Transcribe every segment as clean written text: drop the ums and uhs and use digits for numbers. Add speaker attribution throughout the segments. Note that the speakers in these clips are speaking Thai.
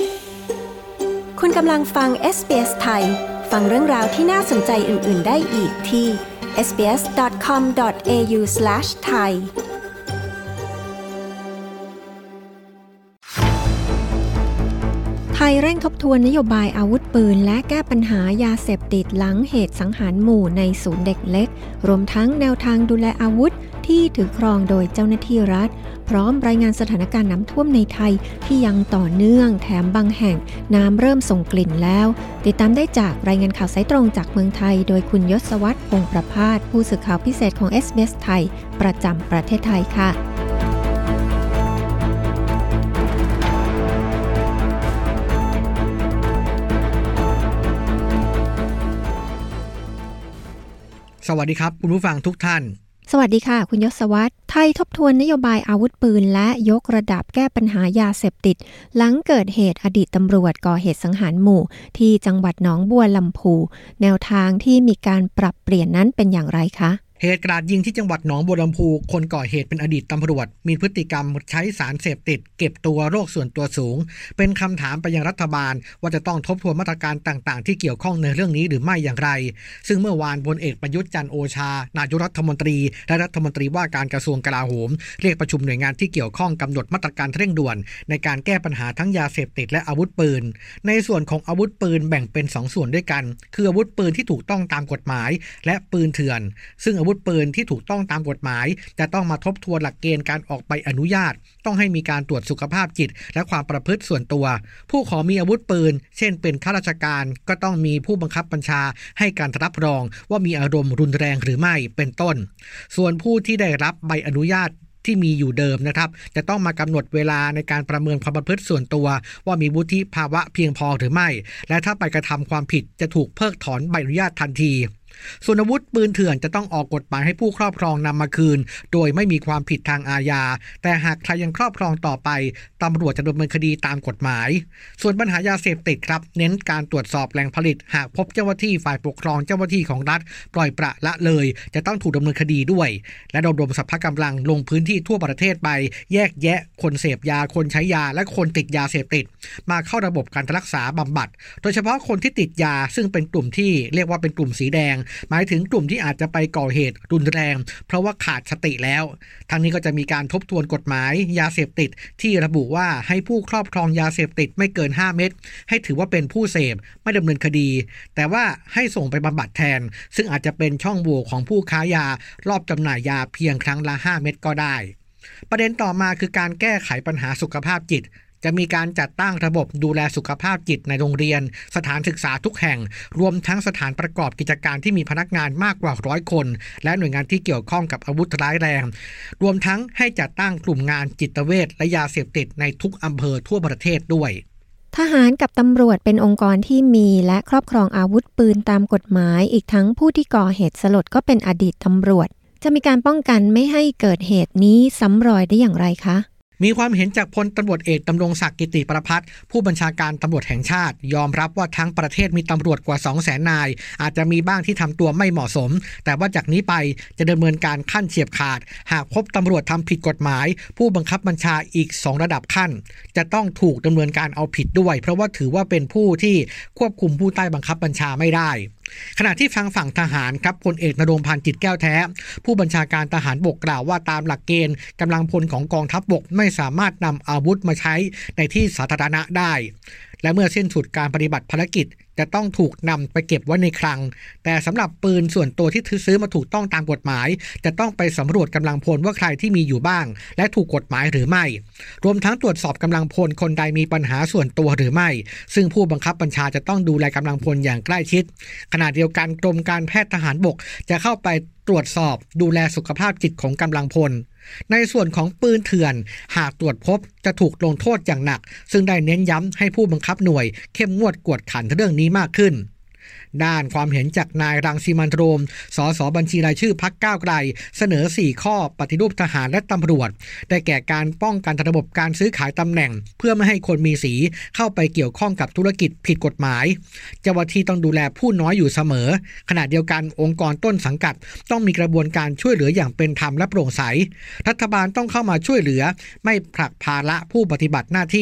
Speaker 1: คุณกำลังฟัง SBS ไทยฟังเรื่องราวที่น่าสนใจอื่นๆได้อีกที่ sbs.com.au/thaiไทยเร่งทบทวนนโยบายอาวุธปืนและแก้ปัญหายาเสพติดหลังเหตุสังหารหมู่ในศูนย์เด็กเล็กรวมทั้งแนวทางดูแลอาวุธที่ถือครองโดยเจ้าหน้าที่รัฐพร้อมรายงานสถานการณ์น้ำท่วมในไทยที่ยังต่อเนื่องแถมบางแห่งน้ำเริ่มส่งกลิ่นแล้วติดตามได้จากรายงานข่าวสายตรงจากเมืองไทยโดยคุณยศวรรษ พงษ์ประภาสผู้สื่อข่าวพิเศษของ SBS ไทยประจำประเทศไทยค่ะ
Speaker 2: สวัสดีครับคุณผู้ฟังทุกท่าน
Speaker 1: สวัสดีค่ะคุณยศวรรษไทยทบทวนนโยบายอาวุธปืนและยกระดับแก้ปัญหายาเสพติดหลังเกิดเหตุอดีตตำรวจก่อเหตุสังหารหมู่ที่จังหวัดหนองบัวลำพูแนวทางที่มีการปรับเปลี่ยนนั้นเป็นอย่างไรคะ
Speaker 2: เหตุกราดยิงที่จังหวัดหนองบัวลำพูคนก่อเหตุเป็นอดีตตำรวจมีพฤติกรรมใช้สารเสพติดเก็บตัวโรคส่วนตัวสูงเป็นคำถามไปยังรัฐบาลว่าจะต้องทบทวนมาตรการต่างๆที่เกี่ยวข้องในเรื่องนี้หรือไม่อย่างไรซึ่งเมื่อวานพลเอกประยุทธ์จันทร์โอชานายกรัฐมนตรีและรัฐมนตรีว่าการกระทรวงกลาโหมเรียกประชุมหน่วยงานที่เกี่ยวข้องกำหนดมาตรการเร่งด่วนในการแก้ปัญหาทั้งยาเสพติดและอาวุธปืนในส่วนของอาวุธปืนแบ่งเป็น2ส่วนด้วยกันคืออาวุธปืนที่ถูกต้องตามกฎหมายและปืนเถื่อนซึ่งอาวุธปืนที่ถูกต้องตามกฎหมายจะต้องมาทบทวนหลักเกณฑ์การออกใบอนุญาตต้องให้มีการตรวจสุขภาพจิตและความประพฤติส่วนตัวผู้ขอมีอาวุธปืนเช่นเป็นข้าราชการก็ต้องมีผู้บังคับบัญชาให้การรับรองว่ามีอารมณ์รุนแรงหรือไม่เป็นต้นส่วนผู้ที่ได้รับใบอนุญาตที่มีอยู่เดิมนะครับจะต้องมากำหนดเวลาในการประเมินความประพฤติส่วนตัวว่ามีวุฒิภาวะเพียงพอหรือไม่และถ้าไปกระทำความผิดจะถูกเพิกถอนใบอนุญาตทันทีส่วนอาวุธปืนเถื่อนจะต้องออกกฎหมายให้ผู้ครอบครองนำมาคืนโดยไม่มีความผิดทางอาญาแต่หากใครยังครอบครองต่อไปตำรวจจะดำเนินคดีตามกฎหมายส่วนปัญหายาเสพติดครับเน้นการตรวจสอบแหล่งผลิตหากพบเจ้าหน้าที่ฝ่ายปกครองเจ้าหน้าที่ของรัฐปล่อยปละละเลยจะต้องถูกดำเนินคดีด้วยและระดมสรรพกำลังลงพื้นที่ทั่วประเทศไปแยกแยะคนเสพยาคนใช้ยาและคนติดยาเสพติดมาเข้าระบบการรักษาบำบัดโดยเฉพาะคนที่ติดยาซึ่งเป็นกลุ่มที่เรียกว่าเป็นกลุ่มสีแดงหมายถึงกลุ่มที่อาจจะไปก่อเหตุรุนแรงเพราะว่าขาดสติแล้วทางนี้ก็จะมีการทบทวนกฎหมายยาเสพติดที่ระบุว่าให้ผู้ครอบครองยาเสพติดไม่เกิน5เม็ดให้ถือว่าเป็นผู้เสพไม่ดำเนินคดีแต่ว่าให้ส่งไปบำบัดแทนซึ่งอาจจะเป็นช่องโหว่ของผู้ค้ายารอบจำหน่ายยาเพียงครั้งละ5เม็ดก็ได้ประเด็นต่อมาคือการแก้ไขปัญหาสุขภาพจิตจะมีการจัดตั้งระบบดูแลสุขภาพจิตในโรงเรียนสถานศึกษาทุกแห่งรวมทั้งสถานประกอบกิจการที่มีพนักงานมากกว่า100คนและหน่วยงานที่เกี่ยวข้องกับอาวุธร้ายแรงรวมทั้งให้จัดตั้งกลุ่มงานจิตเวชและยาเสพติดในทุกอำเภอทั่วประเทศด้วย
Speaker 1: ทหารกับตำรวจเป็นองค์กรที่มีและครอบครองอาวุธปืนตามกฎหมายอีกทั้งผู้ที่ก่อเหตุสลดก็เป็นอดีตตำรวจจะมีการป้องกันไม่ให้เกิดเหตุนี้ซ้ำรอยได้อย่างไรคะ
Speaker 2: มีความเห็นจากพลตำรวจเอกดำรงศักดิ์กิติประภัสผู้บัญชาการตำรวจแห่งชาติยอมรับว่าทั้งประเทศมีตำรวจกว่า 200,000 นายอาจจะมีบ้างที่ทำตัวไม่เหมาะสมแต่ว่าจากนี้ไปจะดำเนินการขั้นเฉียบขาดหากพบตำรวจทำผิดกฎหมายผู้บังคับบัญชาอีก2ระดับขั้นจะต้องถูกดำเนินการเอาผิดด้วยเพราะว่าถือว่าเป็นผู้ที่ควบคุมผู้ใต้บังคับบัญชาไม่ได้ขณะที่ทางฝั่งทหารครับพลเอกณรงค์ พันธุ์จิตแก้วแท้ผู้บัญชาการทหารบกกล่าวว่าตามหลักเกณฑ์กำลังพลของกองทัพบกไม่สามารถนำอาวุธมาใช้ในที่สาธารณะได้และเมื่อสิ้นสุดการปฏิบัติภารกิจจะต้องถูกนำไปเก็บไว้ในคลังแต่สำหรับปืนส่วนตัวที่ซื้อมาถูกต้องตามกฎหมายจะต้องไปสำรวจกำลังพลว่าใครที่มีอยู่บ้างและถูกกฎหมายหรือไม่รวมทั้งตรวจสอบกำลังพลคนใดมีปัญหาส่วนตัวหรือไม่ซึ่งผู้บังคับบัญชาจะต้องดูแลกำลังพลอย่างใกล้ชิดขณะเดียวกันกรมการแพทย์ทหารบกจะเข้าไปตรวจสอบดูแลสุขภาพจิตของกำลังพลในส่วนของปืนเถื่อนหากตรวจพบจะถูกลงโทษอย่างหนักซึ่งได้เน้นย้ำให้ผู้บังคับหน่วยเข้มงวดกวดขันเรื่องนี้มากขึ้น ด้านความเห็นจากนายรังสิมันต์ โรมสสบัญชีรายชื่อพรรคก้าวไกลเสนอ4ข้อปฏิรูปทหารและตำรวจได้แก่การป้องกันระบบการซื้อขายตำแหน่งเพื่อไม่ให้คนมีสีเข้าไปเกี่ยวข้องกับธุรกิจผิดกฎหมายเจ้าหน้าที่ต้องดูแลผู้น้อยอยู่เสมอขณะเดียวกันองค์กรต้นสังกัดต้องมีกระบวนการช่วยเหลืออย่างเป็นธรรมและโปร่งใสรัฐบาลต้องเข้ามาช่วยเหลือไม่ผลักภาระผู้ปฏิบัติหน้าที่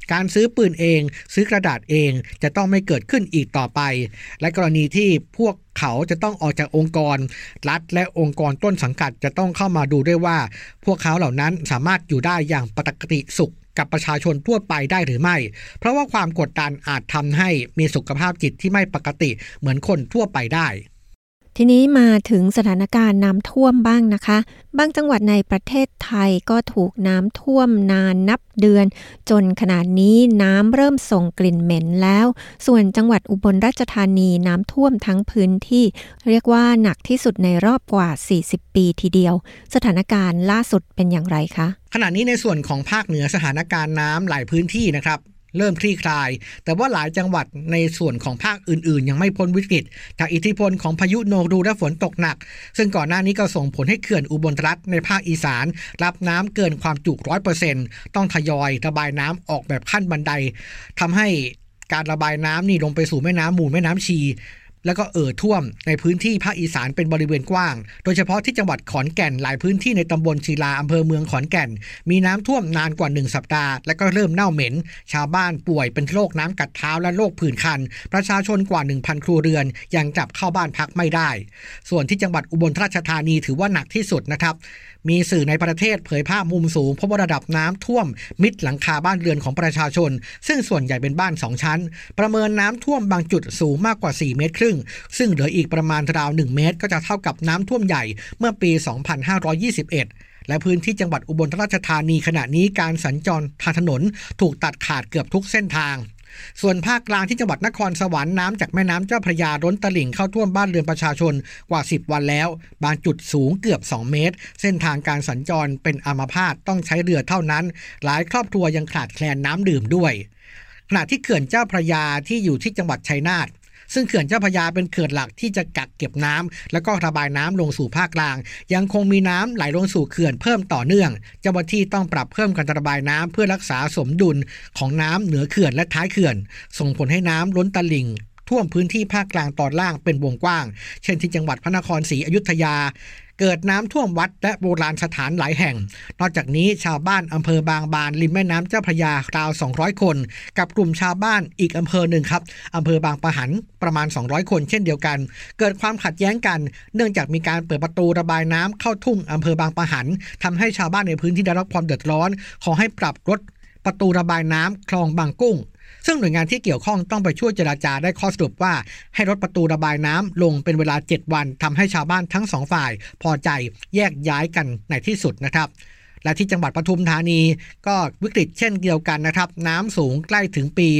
Speaker 2: การซื้อปืนเองซื้อกระดาษเองจะต้องไม่เกิดขึ้นอีกต่อไปและกรณีที่พวกเขาจะต้องออกจากองค์กรรัฐและองค์กรต้นสังกัดจะต้องเข้ามาดูด้วยว่าพวกเขาเหล่านั้นสามารถอยู่ได้อย่างปกติสุขกับประชาชนทั่วไปได้หรือไม่เพราะว่าความกดดันอาจทำให้มีสุขภาพจิตที่ไม่ปกติเหมือนคนทั่วไปได้
Speaker 1: ทีนี้มาถึงสถานการณ์น้ำท่วมบ้างนะคะบางจังหวัดในประเทศไทยก็ถูกน้ำท่วมนานนับเดือนจนขณะนี้น้ำเริ่มส่งกลิ่นเหม็นแล้วส่วนจังหวัดอุบลราชธานีน้ำท่วมทั้งพื้นที่เรียกว่าหนักที่สุดในรอบกว่า40ปีทีเดียวสถานการณ์ล่าสุดเป็นอย่างไรคะ
Speaker 2: ขณะนี้ในส่วนของภาคเหนือสถานการณ์น้ำหลายพื้นที่นะครับเริ่มคลี่คลายแต่ว่าหลายจังหวัดในส่วนของภาคอื่นๆยังไม่พ้นวิกฤตจากอิทธิพลของพายุโนรูและฝนตกหนักซึ่งก่อนหน้านี้ก็ส่งผลให้เขื่อนอุบลรัฐในภาคอีสานรับน้ำเกินความจุ 100% ต้องทยอยระบายน้ำออกแบบขั้นบันไดทำให้การระบายน้ำนี่ลงไปสู่แม่น้ำมูลแม่น้ำชีแล้วก็ท่วมในพื้นที่ภาคอีสานเป็นบริเวณกว้างโดยเฉพาะที่จังหวัดขอนแก่นหลายพื้นที่ในตำบลศิลาอำเภอเมืองขอนแก่นมีน้ำท่วมนานกว่า1สัปดาห์และก็เริ่มเน่าเหม็นชาวบ้านป่วยเป็นโรคน้ำกัดเท้าและโรคผื่นคันประชาชนกว่า 1,000 ครัวเรือนยังกลับเข้าบ้านพักไม่ได้ส่วนที่จังหวัดอุบลราชธานีถือว่าหนักที่สุดนะครับมีสื่อในประเทศเผยภาพมุมสูงพบว่าระดับน้ำท่วมมิดหลังคาบ้านเรือนของประชาชนซึ่งส่วนใหญ่เป็นบ้าน2ชั้นประเมินน้ำท่วมบางจุดสูงมากกว่า4เมตรครึ่งซึ่งเหลืออีกประมาณราว1เมตรก็จะเท่ากับน้ำท่วมใหญ่เมื่อปี 2521และพื้นที่จังหวัดอุบลราชธานีขณะนี้การสัญจรทางถนนถูกตัดขาดเกือบทุกเส้นทางส่วนภาคกลางที่จังหวัดนครสวรรค์น้ำจากแม่น้ำเจ้าพระยาล้นตลิ่งเข้าท่วมบ้านเรือนประชาชนกว่า10วันแล้วบางจุดสูงเกือบ2เมตรเส้นทางการสัญจรเป็นอัมพาตต้องใช้เรือเท่านั้นหลายครอบครัวยังขาดแคลนน้ำดื่มด้วยขณะที่เขื่อนเจ้าพระยาที่อยู่ที่จังหวัดชัยนาทซึ่งเขื่อนเจ้าพระยาเป็นเขื่อนหลักที่จะกักเก็บน้ำแล้วก็ระบายน้ำลงสู่ภาคกลางยังคงมีน้ำไหลลงสู่เขื่อนเพิ่มต่อเนื่องเจ้าหน้าที่ต้องปรับเพิ่มการระบายน้ำเพื่อรักษาสมดุลของน้ำเหนือเขื่อนและท้ายเขื่อนส่งผลให้น้ำล้นตลิ่งท่วมพื้นที่ภาคกลางตอนล่างเป็นวงกว้างเช่นที่จังหวัดพระนครศรีอยุธยาเกิดน้ำท่วมวัดและโบราณสถานหลายแห่งนอกจากนี้ชาวบ้านอำเภอบางบานริมแม่น้ำเจ้าพระยาราว200คนกับกลุ่มชาวบ้านอีกอำเภอหนึ่งครับอำเภอบางปะหันประมาณ200คนเช่นเดียวกันเกิดความขัดแย้งกันเนื่องจากมีการเปิดประตูระบายน้ำเข้าทุ่งอำเภอบางปะหันทำให้ชาวบ้านในพื้นที่ได้รับความเดือดร้อนขอให้ปรับลดประตูระบายน้ำคลองบางกุ้งซึ่งหน่วยงานที่เกี่ยวข้องต้องไปช่วยเจรจาได้ข้อสรุปว่าให้ลดประตูระบายน้ำลงเป็นเวลา7วันทำให้ชาวบ้านทั้ง2ฝ่ายพอใจแยกย้ายกันในที่สุดนะครับและที่จังหวัดปทุมธานีก็วิกฤตเช่นเดียวกันนะครับน้ำสูงใกล้ถึงปี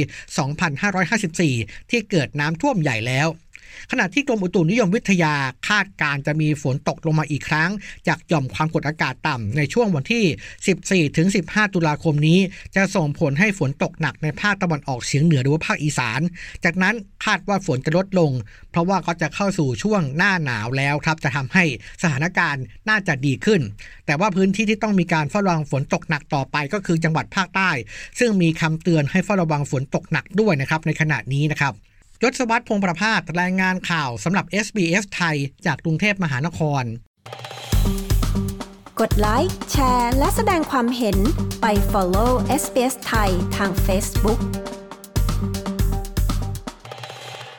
Speaker 2: 2554 ที่เกิดน้ำท่วมใหญ่แล้วขณะที่กรมอุตุนิยมวิทยาคาดการจะมีฝนตกลงมาอีกครั้งจากหย่อมความกดอากาศต่ำในช่วงวันที่ 14-15 ตุลาคมนี้จะส่งผลให้ฝนตกหนักในภาคตะวันออกเฉียงเหนือหรือว่าภาคอีสานจากนั้นคาดว่าฝนจะลดลงเพราะว่าก็จะเข้าสู่ช่วงหน้าหนาวแล้วครับจะทำให้สถานการณ์น่าจะดีขึ้นแต่ว่าพื้นที่ที่ต้องมีการเฝ้าระวังฝนตกหนักต่อไปก็คือจังหวัดภาคใต้ซึ่งมีคำเตือนให้เฝ้าระวังฝนตกหนักด้วยนะครับในขณะนี้นะครับยศวัฒน์ พงษ์ประภาสรายงานข่าวสำหรับ SBS ไทยจากกรุงเทพมหานคร
Speaker 1: กดไลค์แชร์และแสดงความเห็นไป follow SBS ไทยทาง Facebook